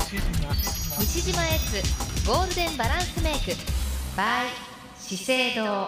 西島エッツゴールデンバランスメイク by 資生堂。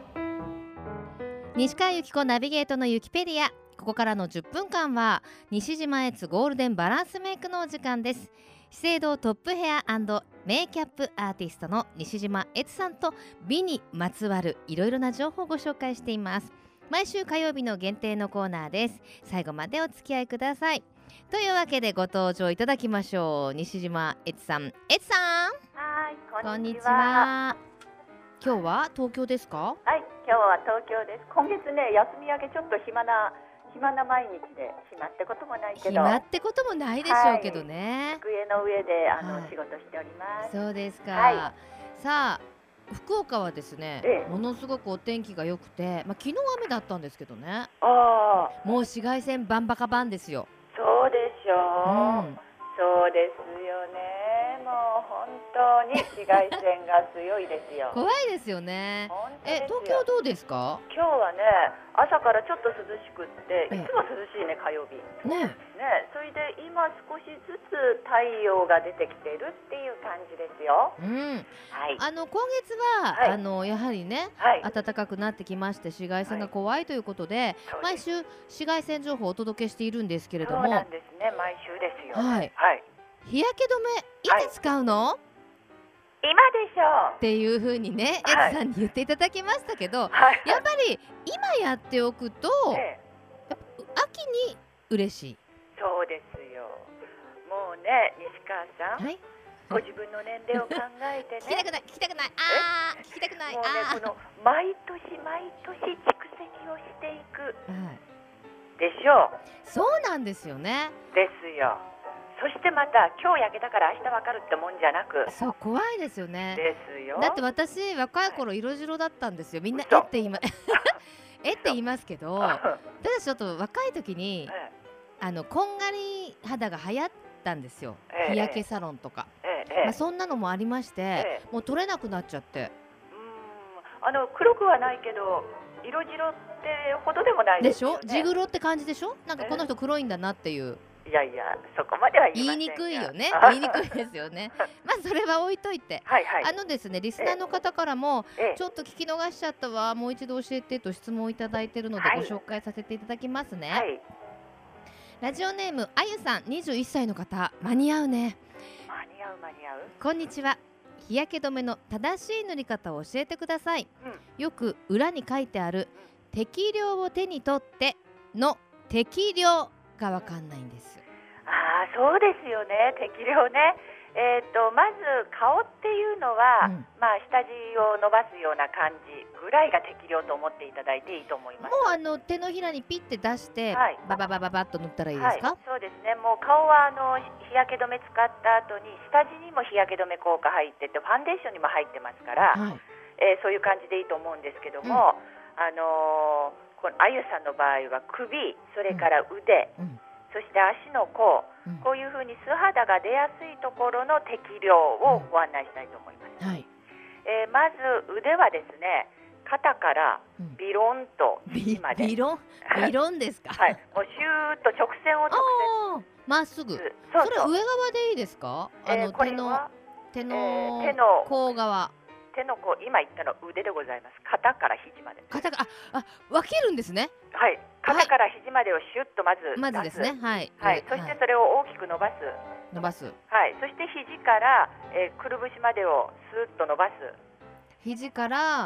西川由紀子ナビゲートのユキペディア。ここからの10分間は西島エッツゴールデンバランスメイクのお時間です。資生堂トップヘア&メイキャップアーティストの西島エツさんと美にまつわるいろいろな情報をご紹介しています。毎週火曜日の限定のコーナーです。最後までお付き合いください。というわけでご登場いただきましょう。西島エツさん。エツさん。 はい、 こんにちは。今日は東京ですか？ はい、今日は東京です。今月ね、休み明けちょっと暇な毎日で、暇ってこともないけど、 暇ってこともないでしょうけどね、 机の上ではい仕事しております。 そうですか、 はい、 さあ福岡はですね、 ええものすごくお天気が良くて、昨日雨だったんですけどね、 ああ、 もう紫外線バンバカバンですよ。 そうでしょう、 うんそうですよね。もう本当に紫外線が強いですよ。 怖いですよね。 本当ですよ。 東京どうですか？ 今日はね、朝からちょっと涼しくって、いつも涼しいね、火曜日。 ね、 ね、それで今少しずつ太陽が出てきてるっていう感じですよ。 うん、 はい。 今月は、 はいやはりね、 はい。 暖かくなってきまして紫外線が怖いということで、 そうです。 毎週紫外線情報をお届けしているんですけれどそうも、 なんですね。毎週ですよ。 はいはい。 日焼け止めいつ使うの、 今でしょう。 っていう風にね、 はいエツさんに言っていただきましたけど、 はい。 やっぱり今やっておくと、 ええ、 やっぱ秋に嬉しい。 そうですよ。もうね、西川さん、 はい。 ご自分の年齢を考えてね。 聞きたくない、聞きたくない、聞きたくない、 もうね、この毎年毎年蓄積をしていくはいでしょそうなんですよね。 う。ですよ。そしてまた今日焼けたから明日わかるってもんじゃなく。 そう怖いですよね。 ですよ。 だって私若い頃色白だったんですよ。みんな嘘って言いまえって言いますけど、ただちょっと若い時にこんがり肌が流行ったんですよ。日焼けサロンとか、そんなのもありまして、もう取れなくなっちゃって。 黒くはないけど色白ってほどでもないでしょ。 ですよね。 地黒って感じでしょ。なんかこの人黒いんだなっていう。 いやいや、そこまでは言いませんが。 言いにくいよね。言いにくいですよね。それは置いといて、 はいはい。 ですね、リスナーの方からも、 ええちょっと聞き逃しちゃったわ、もう一度教えてと質問をいただいているので、 はいご紹介させていただきますね。 はい。 ラジオネームあゆさん、21歳の方。間に合うね。 間に合う間に合う。 こんにちは。日焼け止めの正しい塗り方を教えてください。 うん。 よく裏に書いてある適量を手に取っての適量がわかんないんです。 ああ、そうですよね。適量ね。まず顔っていうのは、下地を伸ばすような感じぐらいが適量と思っていただいていいと思います。 もう手のひらにピッて出して、バババババッと塗ったらいいですか？ はい、そうですね。もう顔は日焼け止め使った後に下地にも日焼け止め効果入ってて、ファンデーションにも入ってますから、そういう感じでいいと思うんですけども、このあゆさんの場合は首、それから腕、そして足の甲、こういうふうに素肌が出やすいところの適量をご案内したいと思います。まず腕はですね、肩からビロンと肘まで。 ビロンですか？ はい、もうシューッと直線をまっすぐ。 そうそれ上側でいいですか？手の甲側。 手の甲、今言ったの腕でございます。肩から肘まで。 肩が分けるんですね。 はい、肩から肘までをシュッとまずですね。はい。 そしてそれを大きく伸ばす。はい、そして肘から、くるぶしまでをスーッと伸ばす。 肘から、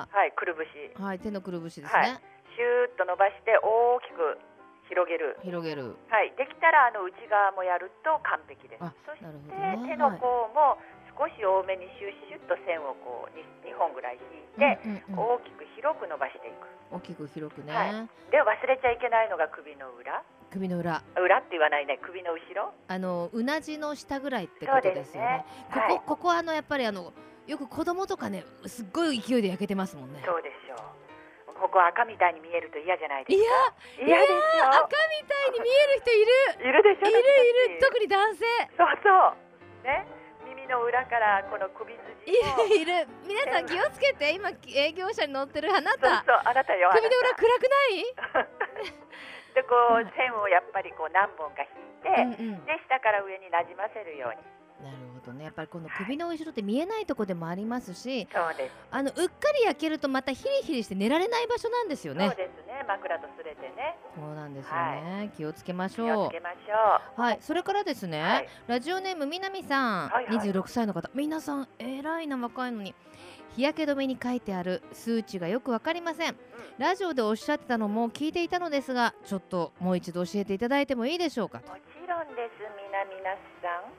くるぶし。 はい、手のくるぶしですね。 シューッと伸ばして大きく広げる。はい、できたら内側もやると完璧です。そして手の甲も少し多めにシュッシュッと線をこう 2本ぐらい引いて、大きく広く伸ばしていく。 大きく広くね。 で忘れちゃいけないのが首の裏。裏って言わないね。首の後ろ。 うなじの下ぐらいってことですよね。ここやっぱりよく子供とかね、すっごい勢いで焼けてますもんね。 そうでしょう。ここ赤みたいに見えると嫌じゃないですか。 嫌ですよ。赤みたいに見える人いる。 いるでしょ。 いる。特に男性。 そうね。耳の裏からこの首筋もいる。皆さん気をつけて。今営業車に乗ってるあなた。 あなたよ。 首の裏暗くない？ で線をやっぱり何本か引いて、で下から上になじませるように。 なるほどね。やっぱりこの首の後ろって見えないとこでもありますし、 そうです。 うっかり焼けるとまたヒリヒリして寝られない場所なんですよね。 そうですね。枕とすれてね。 そうなんですよね。気をつけましょう。 気をつけましょう。はい。それからですね、ラジオネームみなみさん、26歳の方、皆さん偉いな、若いのに。日焼け止めに書いてある数値がよくわかりません。ラジオでおっしゃってたのも聞いていたのですが、ちょっともう一度教えていただいてもいいでしょうか。 もちろんです。みなみなさん。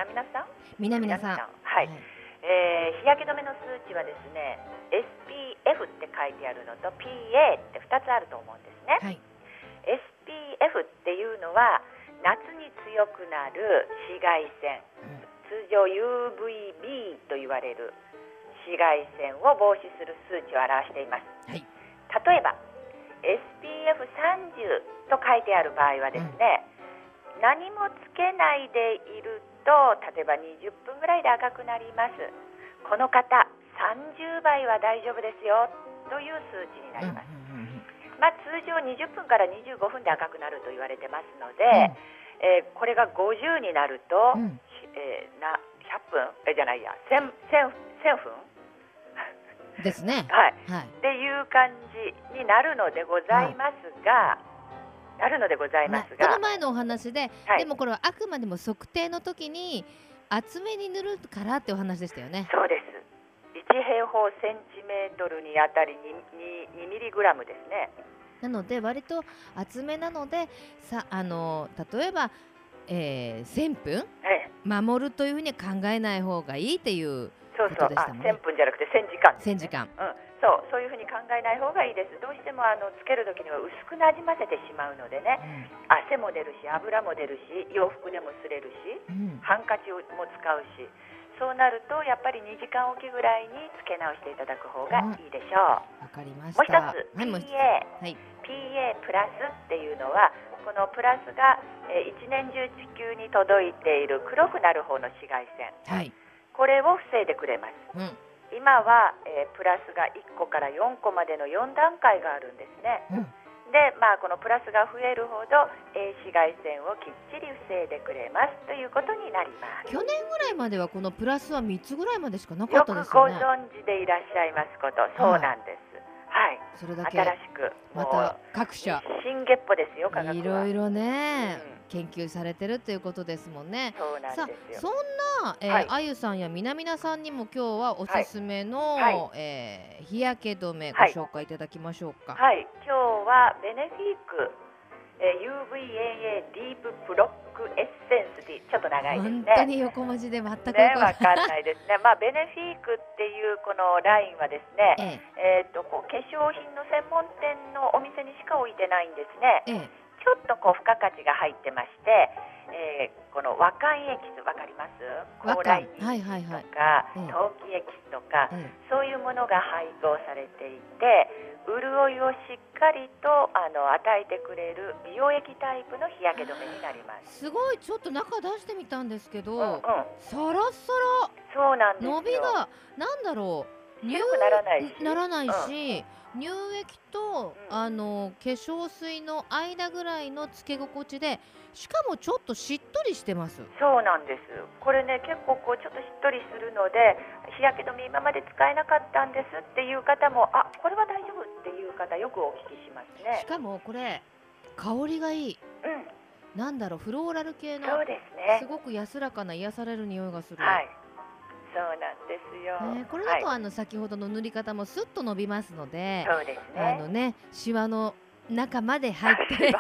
はい。 日焼け止めの数値はですね、SPF って書いてあるのと PA って2つあると思うんですね。 はい、 SPF っていうのは夏に強くなる紫外線、通常 UVB と言われる紫外線を防止する数値を表しています。 はい、 例えば SPF30 と書いてある場合はですね、何もつけないでいると、例えば20分ぐらいで赤くなります。この方30倍は大丈夫ですよという数値になります。通常20分から25分で赤くなると言われてますので、これが50になると、100分じゃないや1000分ですね。 はい、っていう感じになるのでございますが、この前のお話で、でもこれはあくまでも測定の時に厚めに塗るからってお話でしたよね。 そうです。1平方センチメートルにあたり 2ミリグラムですね。 なので割と厚めなのでさ、例えば、1000分守るというふうに考えない方がいいっていうことでしたもんね。 1000分じゃなくて1000時間ですね。 1000時間。 そういうふうに考えない方がいいです。どうしてもつける時には薄くなじませてしまうのでね、汗も出るし油も出るし洋服でも擦れるし、ハンカチも使うし、そうなるとやっぱり2時間おきぐらいにつけ直していただく方がいいでしょう。 わかりました。 もう一つ PA プラスっていうのは、このプラスが一年中地球に届いている黒くなる方の紫外線、これを防いでくれます。今は、プラスが1個から4個までの4段階があるんですね。で、このプラスが増えるほど紫外線をきっちり防いでくれますということになります。 去年ぐらいまではこのプラスは3つぐらいまでしかなかったですよね。 よくご存知でいらっしゃいますこと。そうなんです。はい。 それだけ新しくまた各社新月歩ですよ、科学は。 いろいろね、研究されてるということですもんね。 そうなんですよ。 そんな、あゆさんやみなみなさんにも今日はおすすめの、日焼け止めご紹介いただきましょうか。 はい、今日はベネフィーク、UVAA ディープブロックエッセンスでちょっと長いですね。 本当に横文字で全くわかんないですね。ベネフィークっていうこのラインはですね、化粧品の専門店のお店にしか置いてないんですね。ちょっと付加価値が入ってまして、この和漢エキスわかります？高麗人参とか陶器エキスとか、そういうものが配合されていて、潤いをしっかりと与えてくれる美容液タイプの日焼け止めになります。 すごい、ちょっと中出してみたんですけど、サラサラ。 そうなんですよ。 伸びがなんだろう、 強くならないし、乳液と、化粧水の間ぐらいのつけ心地で、しかもちょっとしっとりしてます。 そうなんです。これね、結構ちょっとしっとりするので、日焼け止め今まで使えなかったんですっていう方も、これは大丈夫っていう方よくお聞きしますね。 しかもこれ香りがいい。なんだろう、フローラル系の、 そうですね、 すごく安らかな癒される匂いがする。 そうなんですよ。 これだと、先ほどの塗り方もスッと伸びますので、 そうですね。 シワの中まで入って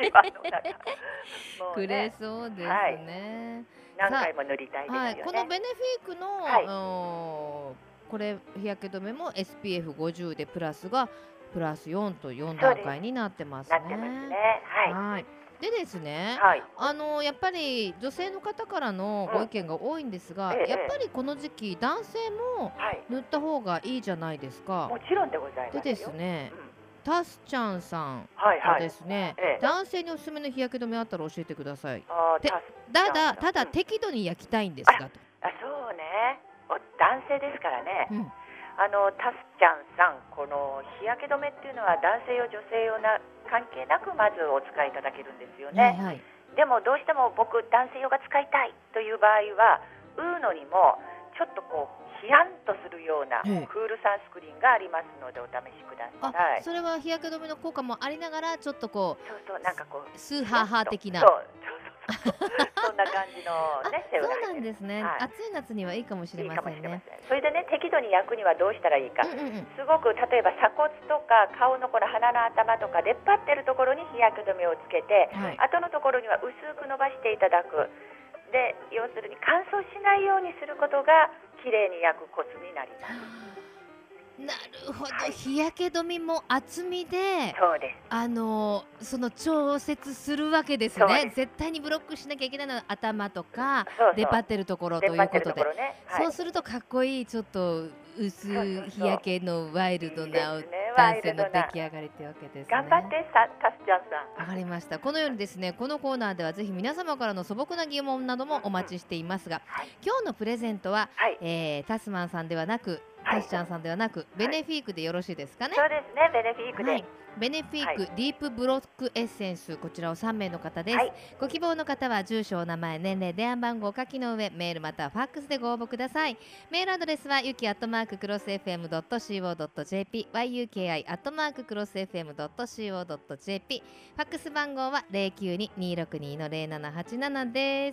くれそうですね。 何回も塗りたいですよね。 このベネフィークの、これ日焼け止めも SPF50 でプラスがプラス4と4段階になってますね。でですね、やっぱり女性の方からのご意見が多いんですが、やっぱりこの時期男性も塗った方がいいじゃないですか。 もちろんでございますよ。 でですね、タスちゃんさんがですね、男性におすすめの日焼け止めあったら教えてください。ただ適度に焼きたいんですがと。 そうね、男性ですからね。タスちゃんさん、この日焼け止めっていうのは男性用女性用関係なくまずお使いいただけるんですよね。でもどうしても僕男性用が使いたいという場合はうのにもちょっとこうヒヤンとするようなクールサンスクリーンがありますのでお試しください。 それは日焼け止めの効果もありながらちょっとこうなんかこうスーハーハー的なそんな感じのねセールそうなんですね、暑い夏にはいいかもしれませんね。 それでね適度に焼くにはどうしたらいいか、すごく例えば鎖骨とか顔のこの鼻の頭とか出っ張ってるところに日焼け止めをつけて、後のところには薄く伸ばしていただく。で要するに乾燥しないようにすることがきれいに焼くコツになります。 なるほど、日焼け止めも厚みでそうです 、その調節するわけですね。絶対にブロックしなきゃいけないのは頭とか出っ張ってるところということで、そうするとかっこいいちょっと薄日焼けのワイルドな男性の出来上がりってわけですね。 頑張ってタスちゃんさん。 わかりました。このようにですね、このコーナーではぜひ皆様からの素朴な疑問などもお待ちしていますが、今日のプレゼントは、タスマンさんではなくタスちゃんさんではなく、ベネフィークでよろしいですかね。 そうですね、ベネフィークで、 ベネフィーク、ディープブロックエッセンス、こちらを3名の方です、ご希望の方は住所、お名前、年齢、電話番号を書きの上、メールまたはファックスでご応募ください。メールアドレスはyuki@crossfm.co.jp yuki@crossfm.co.jp、 ファックス番号は 092-262-0787 です。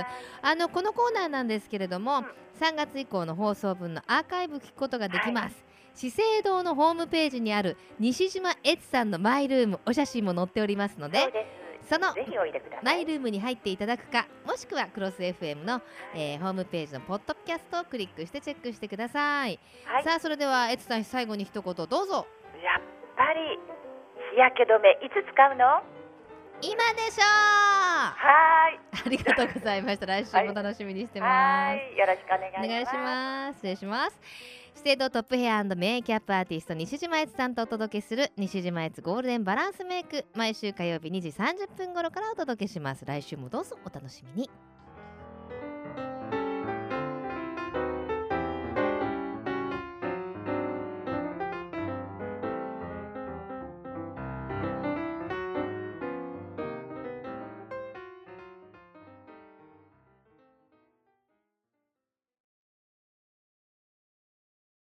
このコーナーなんですけれども、3月以降の放送分のアーカイブ聞くことができます。資生堂のホームページにある西島悦さんのマイルーム、お写真も載っておりますので、そのマイルームに入っていただくか、もしくはクロス FM の、ホームページのポッドキャストをクリックしてチェックしてください。さあそれでは悦さん、最後に一言どうぞ。 やっぱり日焼け止めいつ使うの？ 今でしょう。 はい、 ありがとうございました。来週も楽しみにしてます。 よろしくお願いします。失礼します。資生堂トップヘア&メイキャップアーティスト西島悦さんとお届けする西島悦ゴールデンバランスメイク、毎週火曜日2時30分頃からお届けします。来週もどうぞお楽しみに。